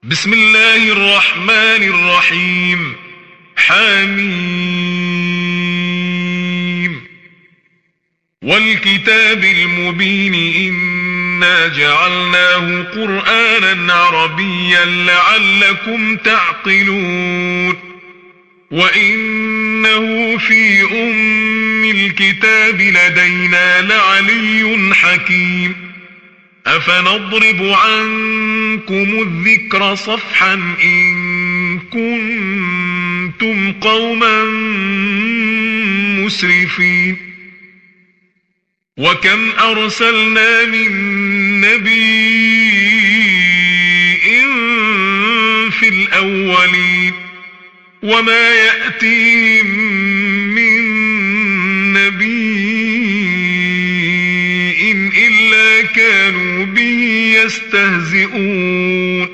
بسم الله الرحمن الرحيم. حميم. والكتاب المبين إنا جعلناه قرآنا عربيا لعلكم تعقلون وإنه في أم الكتاب لدينا لعلي حكيم. أفنضرب عنكم الذكر صفحا إن كنتم قوما مسرفين. وكم أرسلنا من نبي في الأولين وما يأتيهم من نبي إلا كانوا به يستهزئون.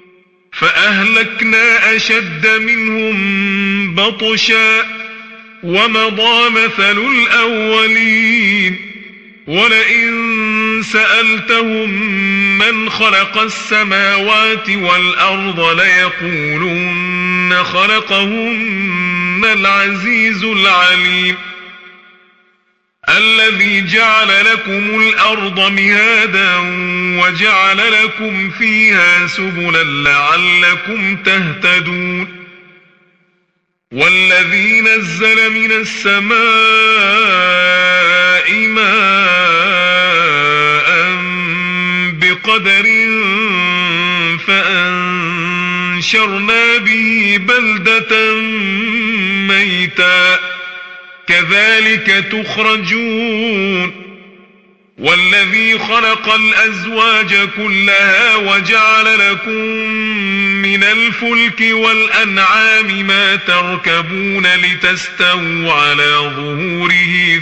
فأهلكنا أشد منهم بطشا ومضى مثل الأولين. ولئن سألتهم من خلق السماوات والأرض ليقولن خلقهن العزيز العليم الذي جعل لكم الأرض مهادا وجعل لكم فيها سبلا لعلكم تهتدون. والذي نزل من السماء ماء بقدر فأنشرنا به بلدة ميتا كذلك تخرجون. والذي خلق الأزواج كلها وجعل لكم من الفلك والأنعام ما تركبون لتستووا على ظهوره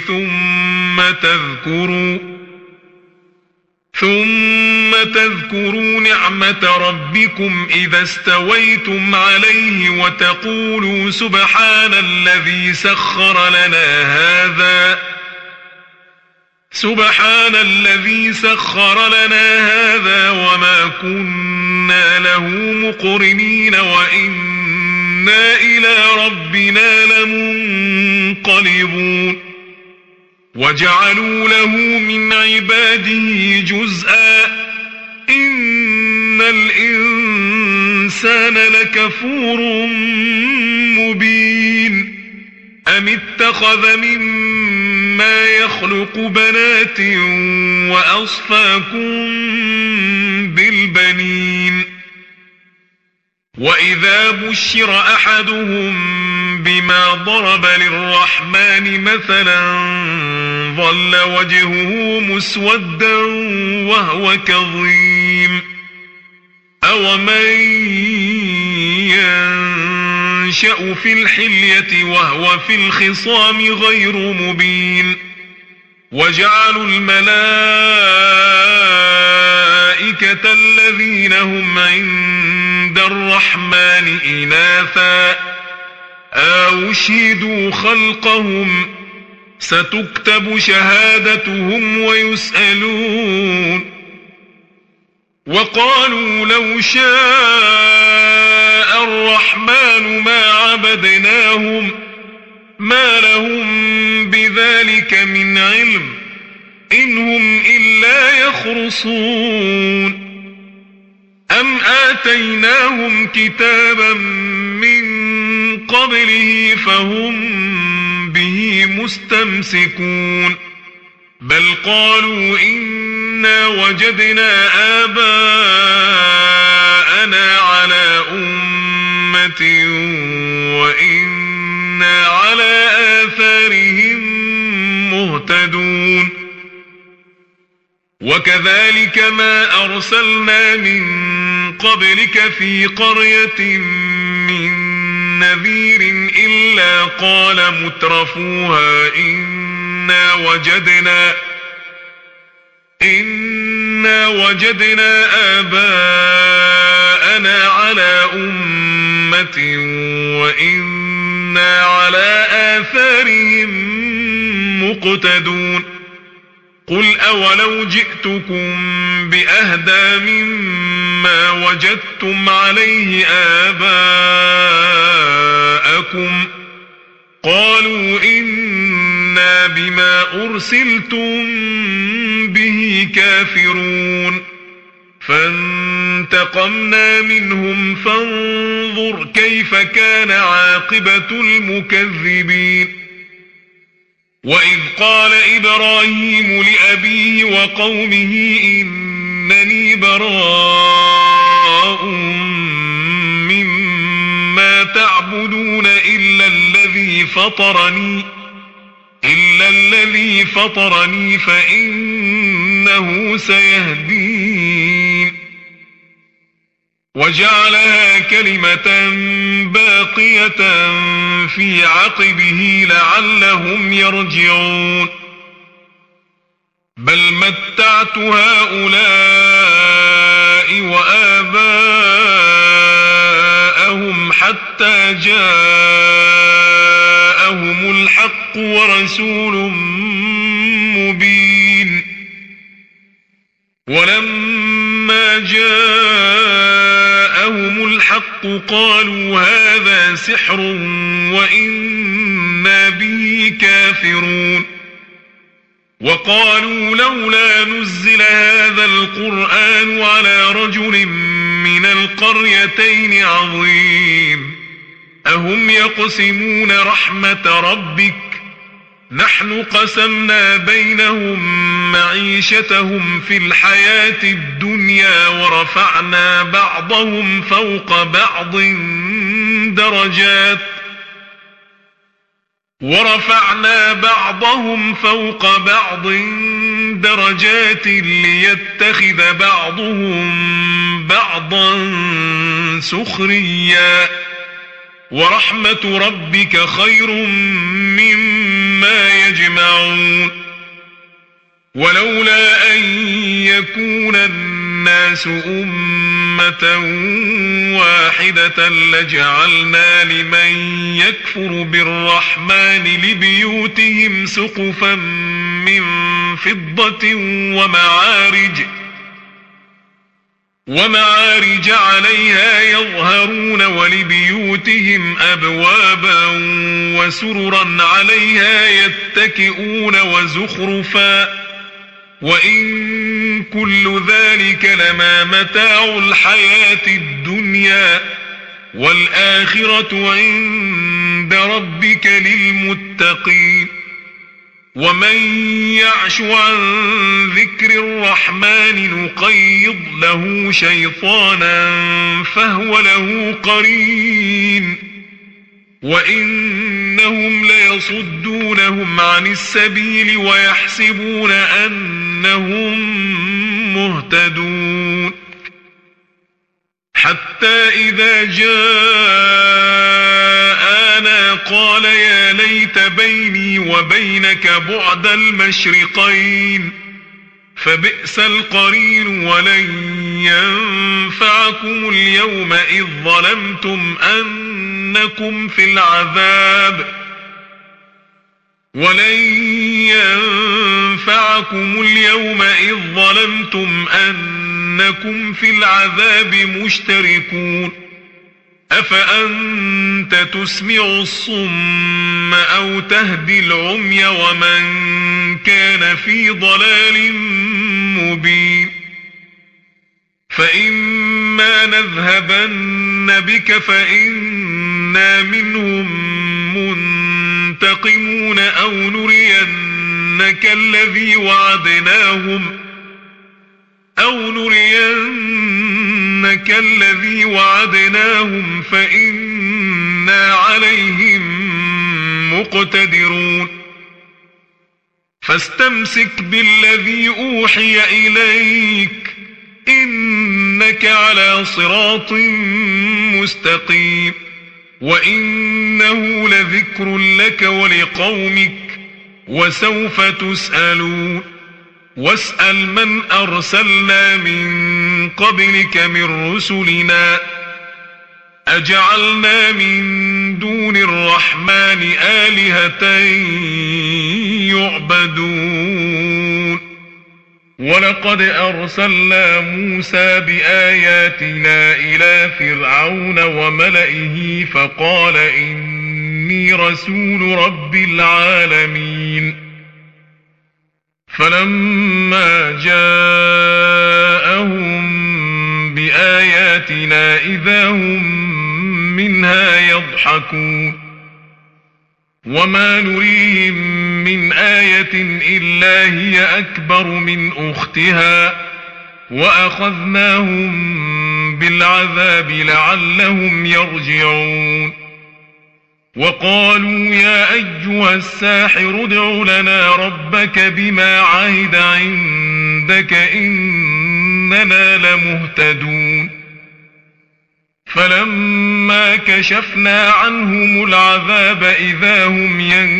ثم تذكروا نعمة ربكم إذا استويتم عليه وتقولوا سبحان الذي سخر لنا هذا وما كنا له مقرنين وإنا إلى ربنا لمنقلبون. وجعلوا له من عباده جزءا إن الإنسان لكفور مبين. أم اتخذ مما يخلق بنات وأصفاكم بالبنين. وإذا بشر أحدهم بما ضرب للرحمن مثلا ظل وجهه مسودا وهو كظيم. أومن ينشأ في الحلية وهو في الخصام غير مبين. وجعلوا الملائكة الذين هم عند الرحمن إناثا أشهدوا خلقهم ستكتب شهادتهم ويسألون. وقالوا لو شاء الرحمن ما عبدناهم ما لهم بذلك من علم إن هم إلا يخرصون. أم آتيناهم كتابا من قبله فهم به مستمسكون. بل قالوا إنا وجدنا آباءنا على أمة وإنا على آثارهم مهتدون. وكذلك ما أرسلنا من قبلك في قرية من نذير إلا قال مترفوها إنا وجدنا آباءنا على أمة وإنا على آثارهم مقتدون. قل أولو جئتكم بأهدى مما ما وجدتم عليه آباءكم قالوا إنا بما أرسلتم به كافرون فانتقمنا منهم فانظر كيف كان عاقبة المكذبين وإذ قال إبراهيم لأبيه وقومه إنني براء مما تعبدون إلا الذي فطرني فإنه سيهدين وجعلها كلمة باقية في عقبه لعلهم يرجعون بل متعت هؤلاء وآباءهم حتى جاءهم الحق ورسول مبين ولما جاءهم الحق قالوا هذا سحر وإنا به كافرون وقالوا لولا نزل هذا القرآن على رجل من القريتين عظيم أهم يقسمون رحمة ربك نحن قسمنا بينهم معيشتهم في الحياة الدنيا ورفعنا بعضهم فوق بعض درجات ليتخذ بعضهم بعضا سخريا ورحمة ربك خير مما يجمعون ولولا أن يكون الناس أمة واحدة لجعلنا لمن يكفر بالرحمن لبيوتهم سقفا من فضة ومعارج عليها يظهرون ولبيوتهم أبوابا وسررا عليها يتكئون وزخرفا وإن كل ذلك لما متاع الحياة الدنيا والآخرة عند ربك للمتقين ومن يعش عن ذكر الرحمن نقيض له شيطانا فهو له قرين وإنهم ليصدونهم عن السبيل ويحسبون أنهم مهتدون حتى إذا جاءنا قال يا ليت بيني وبينك بعد المشرقين فبئس القرين ولن ينفعكم اليوم إذ ظلمتم أنكم في العذاب مشتركون أفأنت تسمع الصم أو تهدي العمي ومن كان في ضلال مبين فإما نذهبن بك فإنا منهم منتقمون أو نرينك الذي وعدناهم فإنا عليهم مقتدرون فاستمسك بالذي أوحي إليك إنك على صراط مستقيم وإنه لذكر لك ولقومك وسوف تسألون واسأل من أرسلنا من قبلك من رسلنا أجعلنا من دون الرحمن آلهة يعبدون ولقد أرسلنا موسى بآياتنا إلى فرعون وملئه فقال إني رسول رب العالمين فلما جاءهم بآياتنا إذا هم منها يضحكون وما نريهم من آية إلا هي أكبر من أختها وأخذناهم بالعذاب لعلهم يرجعون وقالوا يا أيها الساحر ادع لنا ربك بما عهد عندك إننا لمهتدون فلما كشفنا عنهم العذاب إذا هم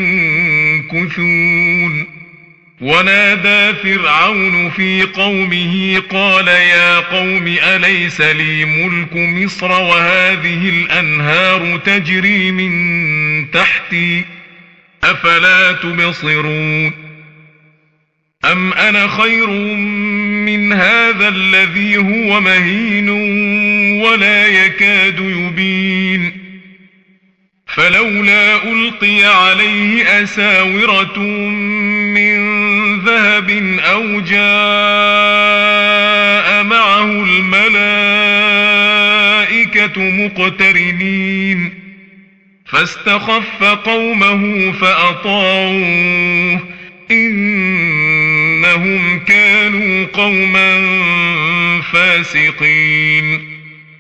ينكثون ونادى فرعون في قومه قال يا قوم أليس لي ملك مصر وهذه الأنهار تجري من تحتي أفلا تبصرون أم أنا خير من هذا الذي هو مهين ولا يكاد يبين فلولا ألقي عليه أساورة من ذهب أو جاء معه الملائكة مقترنين فاستخف قومه فأطاعوه إنهم كانوا قوما فاسقين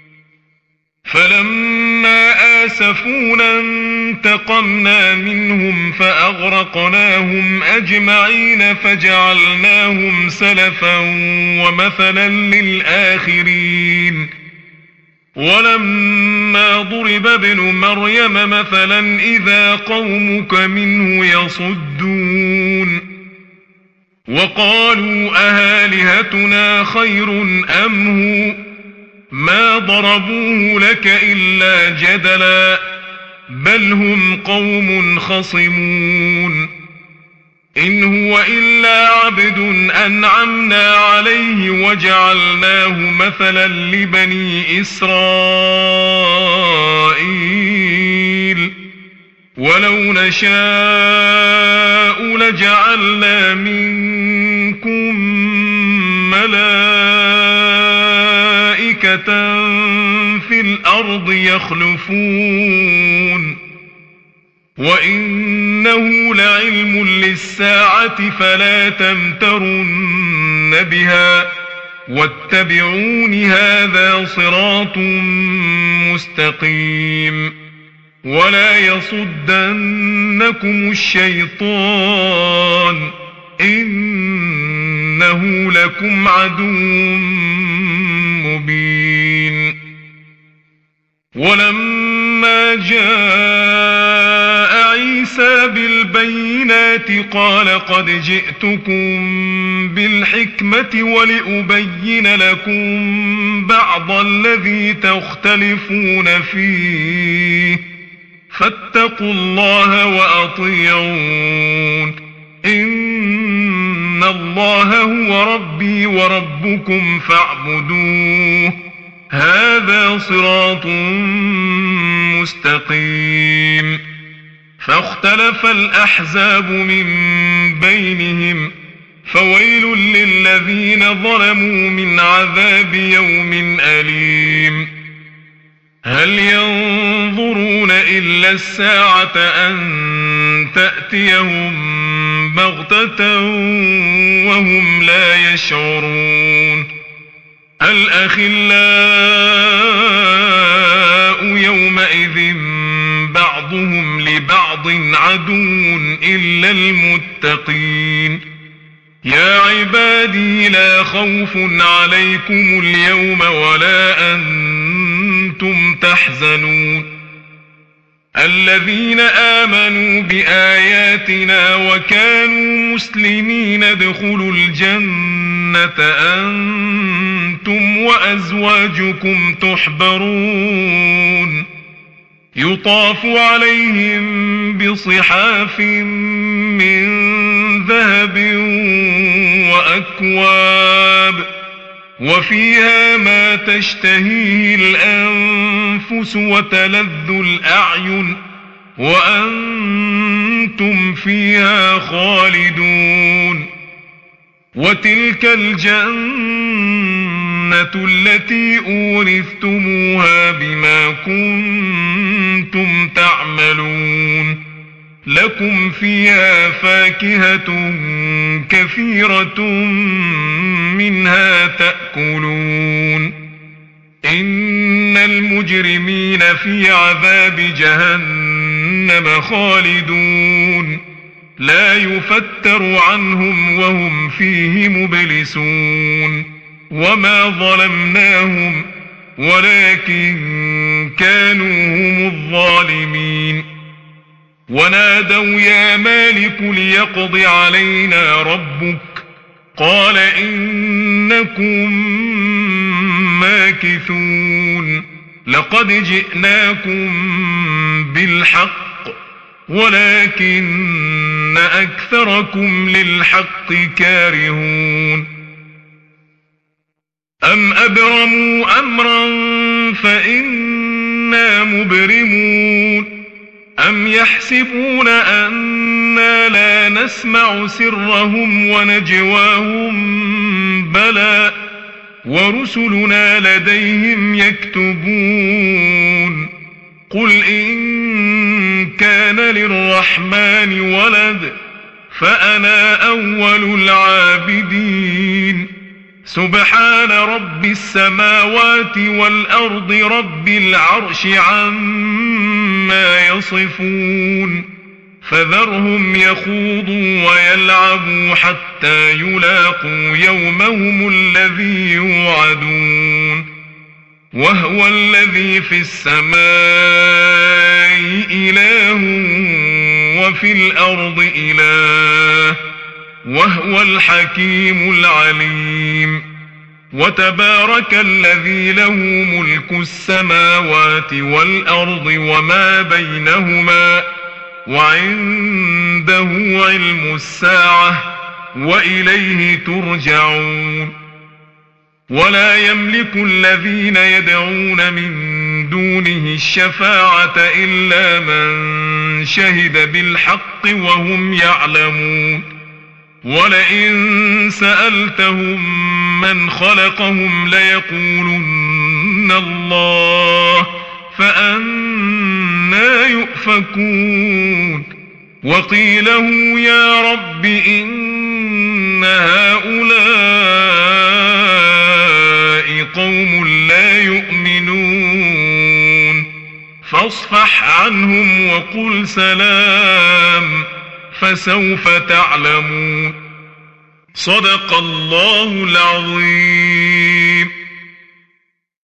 فلما آسفونا انتقمنا منهم فأغرقناهم أجمعين فجعلناهم سلفا ومثلا للآخرين ولما ضرب ابن مريم مثلا إذا قومك منه يصدون وقالوا أهالهتنا خير أم هو ما ضربوه لك إلا جدلا بل هم قوم خصمون إن هو إلا عبد أنعمنا عليه وجعلناه مثلا لبني إسرائيل ولو نشاء لجعلنا منكم ملائكة في الأرض يخلفون وإنه لعلم للساعة فلا تمترن بها واتبعون هذا صراط مستقيم ولا يصدنكم الشيطان إنه لكم عدو مبين ولما جاء عيسى بالبينات قال قد جئتكم بالحكمة ولأبين لكم بعض الذي تختلفون فيه فاتقوا الله وأطيعون إن الله هو ربي وربكم فاعبدوه هذا صراط مستقيم فاختلف الأحزاب من بينهم فويل للذين ظلموا من عذاب يوم أليم هل ينظرون إلا الساعة أن تأتيهم بغتة وهم لا يشعرون الأخلاء يومئذ بعضهم لبعض عدو إلا المتقين يا عبادي لا خوف عليكم اليوم ولا أنتم تحزنون الذين آمنوا بآياتنا وكانوا مسلمين ادخلوا الجنة أنتم وأزواجكم تحبرون يطاف عليهم بصحاف من ذهب وأكواب وفيها ما تشتهيه الأنفس وتلذ الأعين وأنتم فيها خالدون وتلك الجنة التي أورثتموها بما كنتم تعملون لكم فيها فاكهة كثيرة منها تأكلون إن المجرمين في عذاب جهنم خالدون لا يفتر عنهم وهم فيه مبلسون وما ظلمناهم ولكن كانوا هم الظالمين ونادوا يا مالك ليقض علينا ربك قال إنكم ماكثون لقد جئناكم بالحق ولكن أكثركم للحق كارهون أم أبرموا أمرا فإنا مبرمون أم يحسبون أنا لا نسمع سرهم ونجواهم بلى ورسلنا لديهم يكتبون قل إن كان للرحمن ولد فأنا أول العابدين سبحان رب السماوات والأرض رب العرش عما يصفون فذرهم يخوضوا ويلعبوا حتى يلاقوا يومهم الذي يوعدون وهو الذي في السماء إله وفي الأرض إله وهو الحكيم العليم وتبارك الذي له ملك السماوات والأرض وما بينهما وعنده علم الساعة وإليه ترجعون ولا يملك الذين يدعون من دونه الشفاعة إلا من شهد بالحق وهم يعلمون ولئن سألتهم من خلقهم ليقولن الله فأنى يؤفكون وقيله يا رب إن هؤلاء قوم لا يؤمنون فاصفح عنهم وقل سلام فسوف تعلمون صدق الله العظيم.